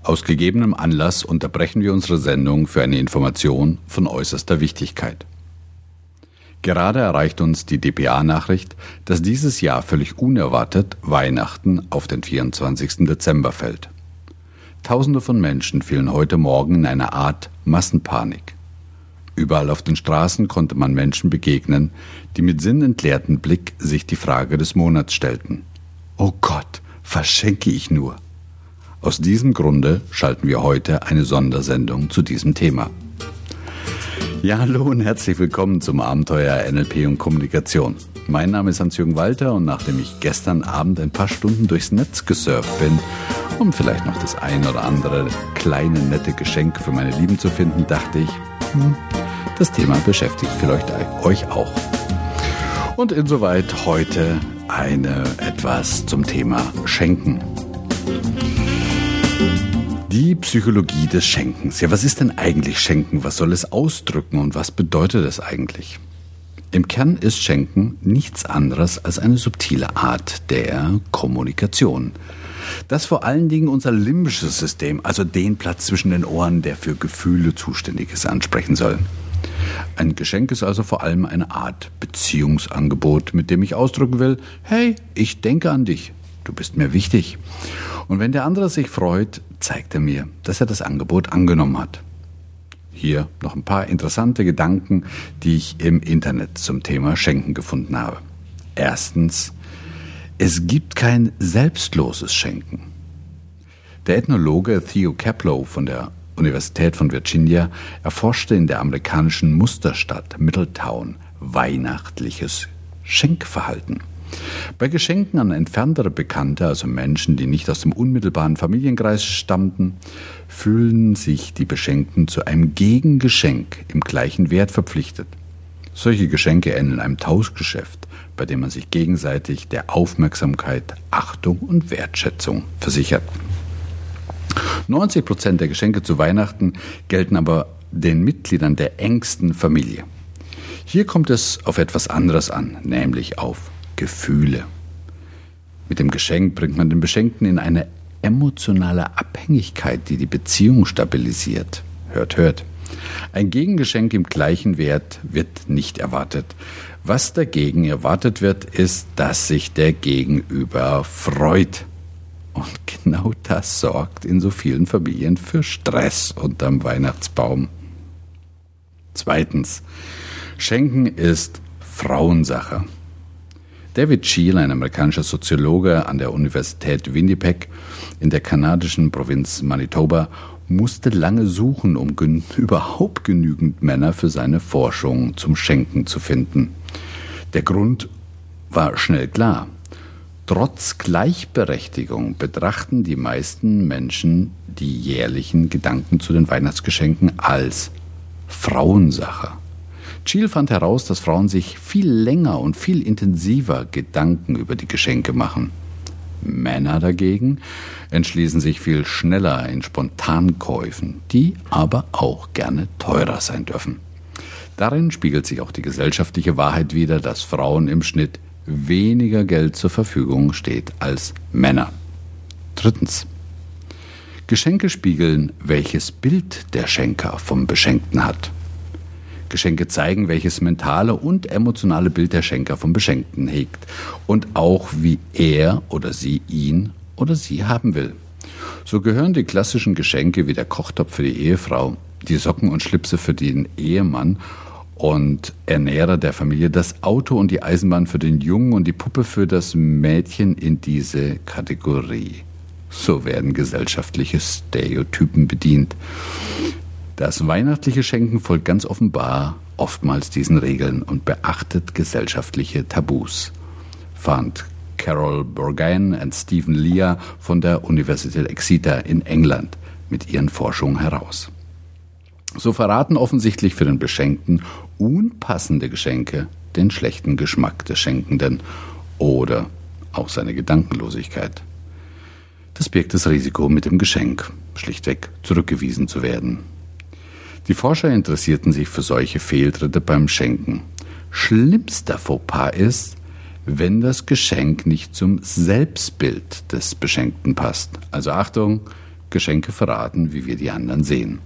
Aus gegebenem Anlass unterbrechen wir unsere Sendung für eine Information von äußerster Wichtigkeit. Gerade erreicht uns die dpa-Nachricht, dass dieses Jahr völlig unerwartet Weihnachten auf den 24. Dezember fällt. Tausende von Menschen fielen heute Morgen in eine Art Massenpanik. Überall auf den Straßen konnte man Menschen begegnen, die mit sinnentleertem Blick sich die Frage des Monats stellten. Oh Gott, was schenke ich nur? Aus diesem Grunde schalten wir heute eine Sondersendung zu diesem Thema. Ja, hallo und herzlich willkommen zum Abenteuer NLP und Kommunikation. Mein Name ist Hans-Jürgen Walter und nachdem ich gestern Abend ein paar Stunden durchs Netz gesurft bin, um vielleicht noch das ein oder andere kleine, nette Geschenk für meine Lieben zu finden, dachte ich, das Thema beschäftigt vielleicht euch auch. Und insoweit heute etwas zum Thema Schenken. Die Psychologie des Schenkens. Ja, was ist denn eigentlich Schenken? Was soll es ausdrücken und was bedeutet es eigentlich? Im Kern ist Schenken nichts anderes als eine subtile Art der Kommunikation. Das vor allen Dingen unser limbisches System, also den Platz zwischen den Ohren, der für Gefühle zuständig ist, ansprechen soll. Ein Geschenk ist also vor allem eine Art Beziehungsangebot, mit dem ich ausdrücken will, hey, ich denke an dich, du bist mir wichtig. Und wenn der andere sich freut, zeigt er mir, dass er das Angebot angenommen hat. Hier noch ein paar interessante Gedanken, die ich im Internet zum Thema Schenken gefunden habe. Erstens, es gibt kein selbstloses Schenken. Der Ethnologe Theo Kaplow von der Universität von Virginia erforschte in der amerikanischen Musterstadt Middletown weihnachtliches Schenkverhalten. Bei Geschenken an entferntere Bekannte, also Menschen, die nicht aus dem unmittelbaren Familienkreis stammten, fühlen sich die Beschenkten zu einem Gegengeschenk im gleichen Wert verpflichtet. Solche Geschenke enden in einem Tauschgeschäft, bei dem man sich gegenseitig der Aufmerksamkeit, Achtung und Wertschätzung versichert. 90% der Geschenke zu Weihnachten gelten aber den Mitgliedern der engsten Familie. Hier kommt es auf etwas anderes an, nämlich auf Gefühle. Mit dem Geschenk bringt man den Beschenkten in eine emotionale Abhängigkeit, die die Beziehung stabilisiert. Hört, hört. Ein Gegengeschenk im gleichen Wert wird nicht erwartet. Was dagegen erwartet wird, ist, dass sich der Gegenüber freut. Und genau das sorgt in so vielen Familien für Stress unterm Weihnachtsbaum. Zweitens, Schenken ist Frauensache. David Scheel, ein amerikanischer Soziologe an der Universität Winnipeg in der kanadischen Provinz Manitoba, musste lange suchen, um überhaupt genügend Männer für seine Forschung zum Schenken zu finden. Der Grund war schnell klar. Trotz Gleichberechtigung betrachten die meisten Menschen die jährlichen Gedanken zu den Weihnachtsgeschenken als Frauensache. Scheel fand heraus, dass Frauen sich viel länger und viel intensiver Gedanken über die Geschenke machen. Männer dagegen entschließen sich viel schneller in Spontankäufen, die aber auch gerne teurer sein dürfen. Darin spiegelt sich auch die gesellschaftliche Wahrheit wider, dass Frauen im Schnitt weniger Geld zur Verfügung steht als Männer. Drittens. Geschenke spiegeln, welches Bild der Schenker vom Beschenkten hat. Geschenke zeigen, welches mentale und emotionale Bild der Schenker vom Beschenkten hegt und auch, wie er oder sie ihn oder sie haben will. So gehören die klassischen Geschenke wie der Kochtopf für die Ehefrau, die Socken und Schlipse für den Ehemann und Ernährer der Familie, das Auto und die Eisenbahn für den Jungen und die Puppe für das Mädchen in diese Kategorie. So werden gesellschaftliche Stereotypen bedient. Das weihnachtliche Schenken folgt ganz offenbar oftmals diesen Regeln und beachtet gesellschaftliche Tabus, fand Carol Burgain und Stephen Lear von der Universität Exeter in England mit ihren Forschungen heraus. So verraten offensichtlich für den Beschenkten unpassende Geschenke den schlechten Geschmack des Schenkenden oder auch seine Gedankenlosigkeit. Das birgt das Risiko, mit dem Geschenk schlichtweg zurückgewiesen zu werden. Die Forscher interessierten sich für solche Fehltritte beim Schenken. Schlimmster Fauxpas ist, wenn das Geschenk nicht zum Selbstbild des Beschenkten passt. Also Achtung, Geschenke verraten, wie wir die anderen sehen.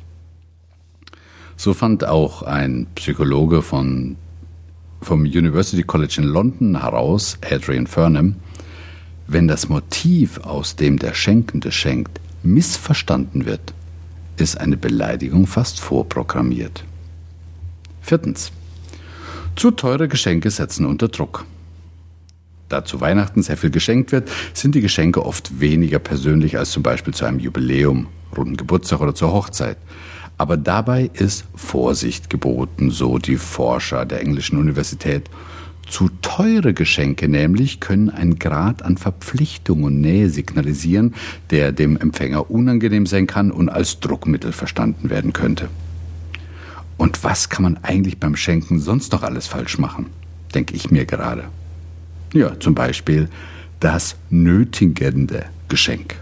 So fand auch ein Psychologe vom University College in London heraus, Adrian Furnham, wenn das Motiv, aus dem der Schenkende schenkt, missverstanden wird, ist eine Beleidigung fast vorprogrammiert. 4. Zu teure Geschenke setzen unter Druck. Da zu Weihnachten sehr viel geschenkt wird, sind die Geschenke oft weniger persönlich als zum Beispiel zu einem Jubiläum, runden Geburtstag oder zur Hochzeit. Aber dabei ist Vorsicht geboten, so die Forscher der englischen Universität. Zu teure Geschenke nämlich können einen Grad an Verpflichtung und Nähe signalisieren, der dem Empfänger unangenehm sein kann und als Druckmittel verstanden werden könnte. Und was kann man eigentlich beim Schenken sonst noch alles falsch machen, denke ich mir gerade. Ja, zum Beispiel das nötigende Geschenk.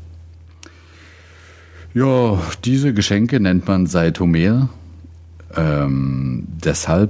Ja, diese Geschenke nennt man seit Homer, deshalb,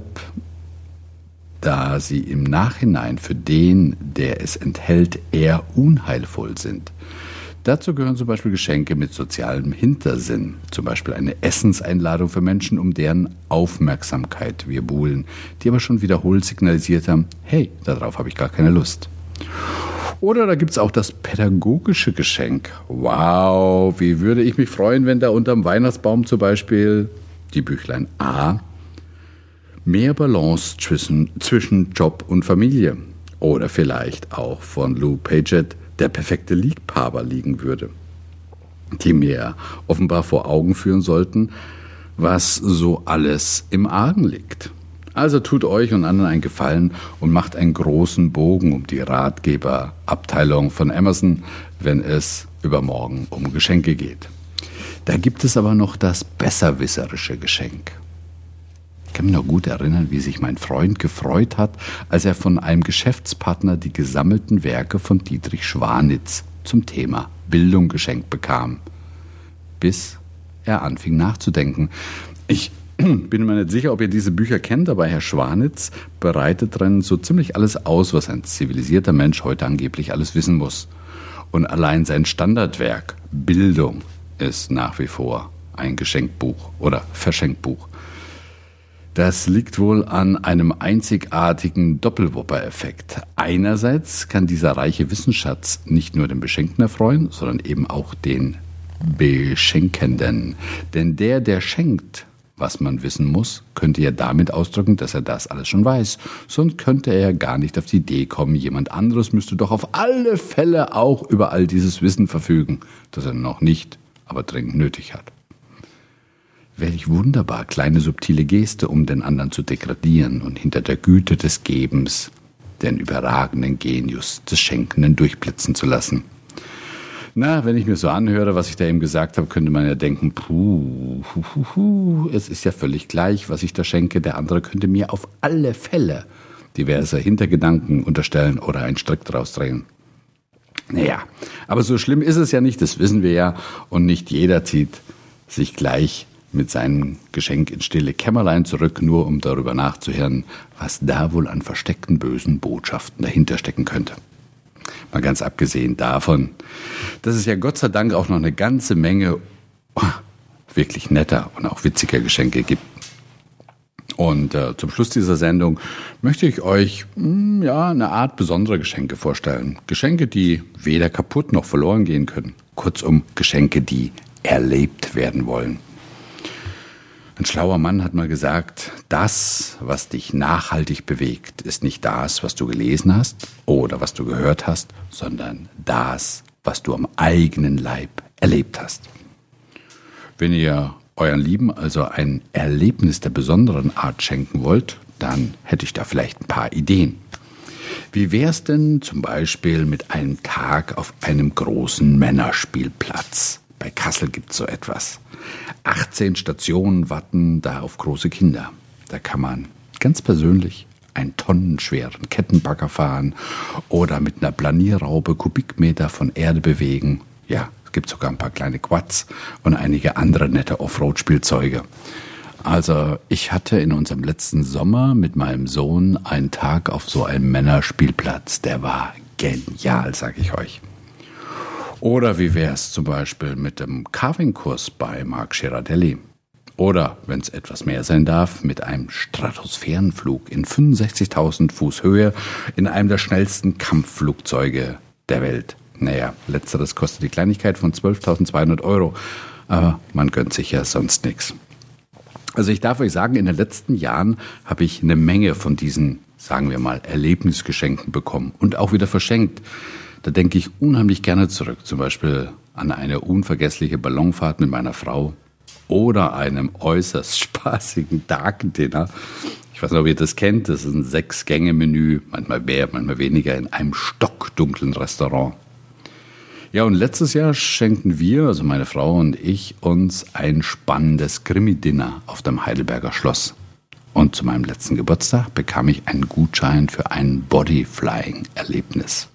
da sie im Nachhinein für den, der es enthält, eher unheilvoll sind. Dazu gehören zum Beispiel Geschenke mit sozialem Hintersinn, zum Beispiel eine Essenseinladung für Menschen, um deren Aufmerksamkeit wir buhlen, die aber schon wiederholt signalisiert haben, hey, darauf habe ich gar keine Lust. Oder da gibt es auch das pädagogische Geschenk. Wow, wie würde ich mich freuen, wenn da unterm Weihnachtsbaum zum Beispiel die Büchlein A mehr Balance zwischen Job und Familie oder vielleicht auch von Lou Paget der perfekte Liebhaber liegen würde, die mir offenbar vor Augen führen sollten, was so alles im Argen liegt. Also tut euch und anderen einen Gefallen und macht einen großen Bogen um die Ratgeberabteilung von Amazon, wenn es übermorgen um Geschenke geht. Da gibt es aber noch das besserwisserische Geschenk. Ich kann mich noch gut erinnern, wie sich mein Freund gefreut hat, als er von einem Geschäftspartner die gesammelten Werke von Dietrich Schwanitz zum Thema Bildung geschenkt bekam. Bis er anfing nachzudenken. Ich bin mir nicht sicher, ob ihr diese Bücher kennt, aber Herr Schwanitz bereitet drin so ziemlich alles aus, was ein zivilisierter Mensch heute angeblich alles wissen muss. Und allein sein Standardwerk Bildung ist nach wie vor ein Geschenkbuch oder Verschenkbuch. Das liegt wohl an einem einzigartigen Doppelwopper-Effekt. Einerseits kann dieser reiche Wissensschatz nicht nur den Beschenkten erfreuen, sondern eben auch den Beschenkenden. Denn der schenkt, was man wissen muss, könnte ja damit ausdrücken, dass er das alles schon weiß. Sonst könnte er ja gar nicht auf die Idee kommen, jemand anderes müsste doch auf alle Fälle auch über all dieses Wissen verfügen, das er noch nicht, aber dringend nötig hat. Welch wunderbar kleine subtile Geste, um den anderen zu degradieren und hinter der Güte des Gebens den überragenden Genius des Schenkenden durchblitzen zu lassen. Na, wenn ich mir so anhöre, was ich da eben gesagt habe, könnte man ja denken, es ist ja völlig gleich, was ich da schenke. Der andere könnte mir auf alle Fälle diverse Hintergedanken unterstellen oder einen Strick draus drehen. Naja, aber so schlimm ist es ja nicht, das wissen wir ja. Und nicht jeder zieht sich gleich mit seinem Geschenk ins stille Kämmerlein zurück, nur um darüber nachzuhören, was da wohl an versteckten bösen Botschaften dahinter stecken könnte. Mal ganz abgesehen davon, dass es ja Gott sei Dank auch noch eine ganze Menge wirklich netter und auch witziger Geschenke gibt. Und zum Schluss dieser Sendung möchte ich euch eine Art besondere Geschenke vorstellen. Geschenke, die weder kaputt noch verloren gehen können. Kurzum, Geschenke, die erlebt werden wollen. Ein schlauer Mann hat mal gesagt, das, was dich nachhaltig bewegt, ist nicht das, was du gelesen hast oder was du gehört hast, sondern das, was du am eigenen Leib erlebt hast. Wenn ihr euren Lieben also ein Erlebnis der besonderen Art schenken wollt, dann hätte ich da vielleicht ein paar Ideen. Wie wär's denn zum Beispiel mit einem Tag auf einem großen Männerspielplatz? Bei Kassel gibt's so etwas. 18 Stationen warten da auf große Kinder. Da kann man ganz persönlich einen tonnenschweren Kettenbagger fahren oder mit einer Planierraube Kubikmeter von Erde bewegen. Ja, es gibt sogar ein paar kleine Quads und einige andere nette Offroad-Spielzeuge. Also ich hatte in unserem letzten Sommer mit meinem Sohn einen Tag auf so einem Männerspielplatz. Der war genial, sag ich euch. Oder wie wäre es zum Beispiel mit dem Carving-Kurs bei Marc Girardelli? Oder, wenn es etwas mehr sein darf, mit einem Stratosphärenflug in 65.000 Fuß Höhe in einem der schnellsten Kampfflugzeuge der Welt. Naja, letzteres kostet die Kleinigkeit von 12.200 €, aber man gönnt sich ja sonst nichts. Also ich darf euch sagen, in den letzten Jahren habe ich eine Menge von diesen, sagen wir mal, Erlebnisgeschenken bekommen und auch wieder verschenkt. Da denke ich unheimlich gerne zurück, zum Beispiel an eine unvergessliche Ballonfahrt mit meiner Frau oder einem äußerst spaßigen Dark Dinner. Ich weiß nicht, ob ihr das kennt, das ist ein 6-Gänge-Menü, manchmal mehr, manchmal weniger, in einem stockdunklen Restaurant. Ja, und letztes Jahr schenkten wir, also meine Frau und ich, uns ein spannendes Krimi-Dinner auf dem Heidelberger Schloss. Und zu meinem letzten Geburtstag bekam ich einen Gutschein für ein Bodyflying-Erlebnis.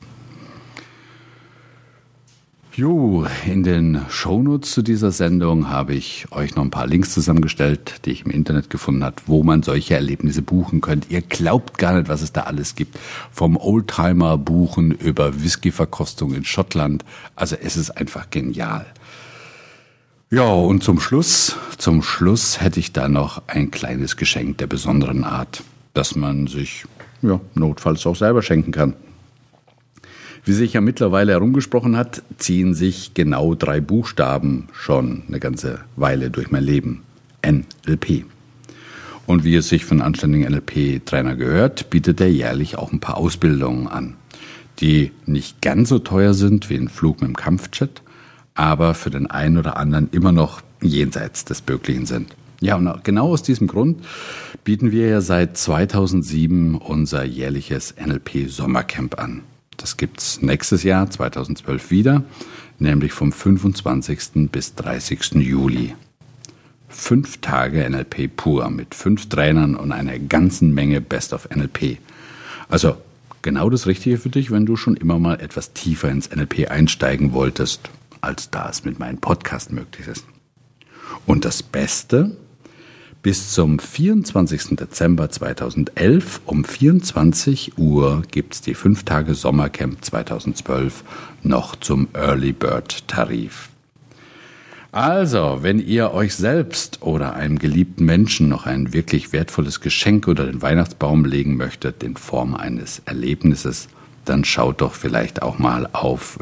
Jo, in den Shownotes zu dieser Sendung habe ich euch noch ein paar Links zusammengestellt, die ich im Internet gefunden habe, wo man solche Erlebnisse buchen könnt. Ihr glaubt gar nicht, was es da alles gibt. Vom Oldtimer buchen über Whisky-Verkostung in Schottland. Also es ist einfach genial. Ja, und zum Schluss hätte ich da noch ein kleines Geschenk der besonderen Art, das man sich notfalls auch selber schenken kann. Wie sich ja mittlerweile herumgesprochen hat, ziehen sich genau 3 Buchstaben schon eine ganze Weile durch mein Leben. NLP. Und wie es sich für einen anständigen NLP-Trainer gehört, bietet er jährlich auch ein paar Ausbildungen an, die nicht ganz so teuer sind wie ein Flug mit dem Kampfjet, aber für den einen oder anderen immer noch jenseits des Möglichen sind. Ja, und genau aus diesem Grund bieten wir ja seit 2007 unser jährliches NLP-Sommercamp an. Das gibt's nächstes Jahr, 2012 wieder, nämlich vom 25. bis 30. Juli. 5 Tage NLP pur mit 5 Trainern und einer ganzen Menge Best of NLP. Also genau das Richtige für dich, wenn du schon immer mal etwas tiefer ins NLP einsteigen wolltest, als da es mit meinem Podcast möglich ist. Und das Beste: bis zum 24. Dezember 2011 um 24 Uhr gibt es die 5 Tage Sommercamp 2012 noch zum Early Bird Tarif. Also, wenn ihr euch selbst oder einem geliebten Menschen noch ein wirklich wertvolles Geschenk unter den Weihnachtsbaum legen möchtet in Form eines Erlebnisses, dann schaut doch vielleicht auch mal auf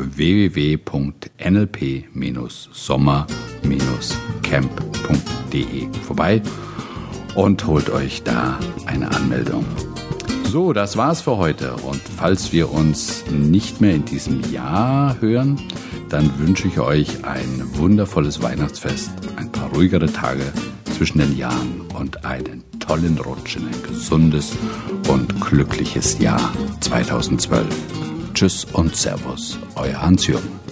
www.nlp-sommer-camp.de vorbei und holt euch da eine Anmeldung. So, das war's für heute. Und falls wir uns nicht mehr in diesem Jahr hören, dann wünsche ich euch ein wundervolles Weihnachtsfest, ein paar ruhigere Tage zwischen den Jahren und einen tollen Rutsch in ein gesundes und glückliches Jahr 2012. Tschüss und Servus, euer Hans-Jürgen.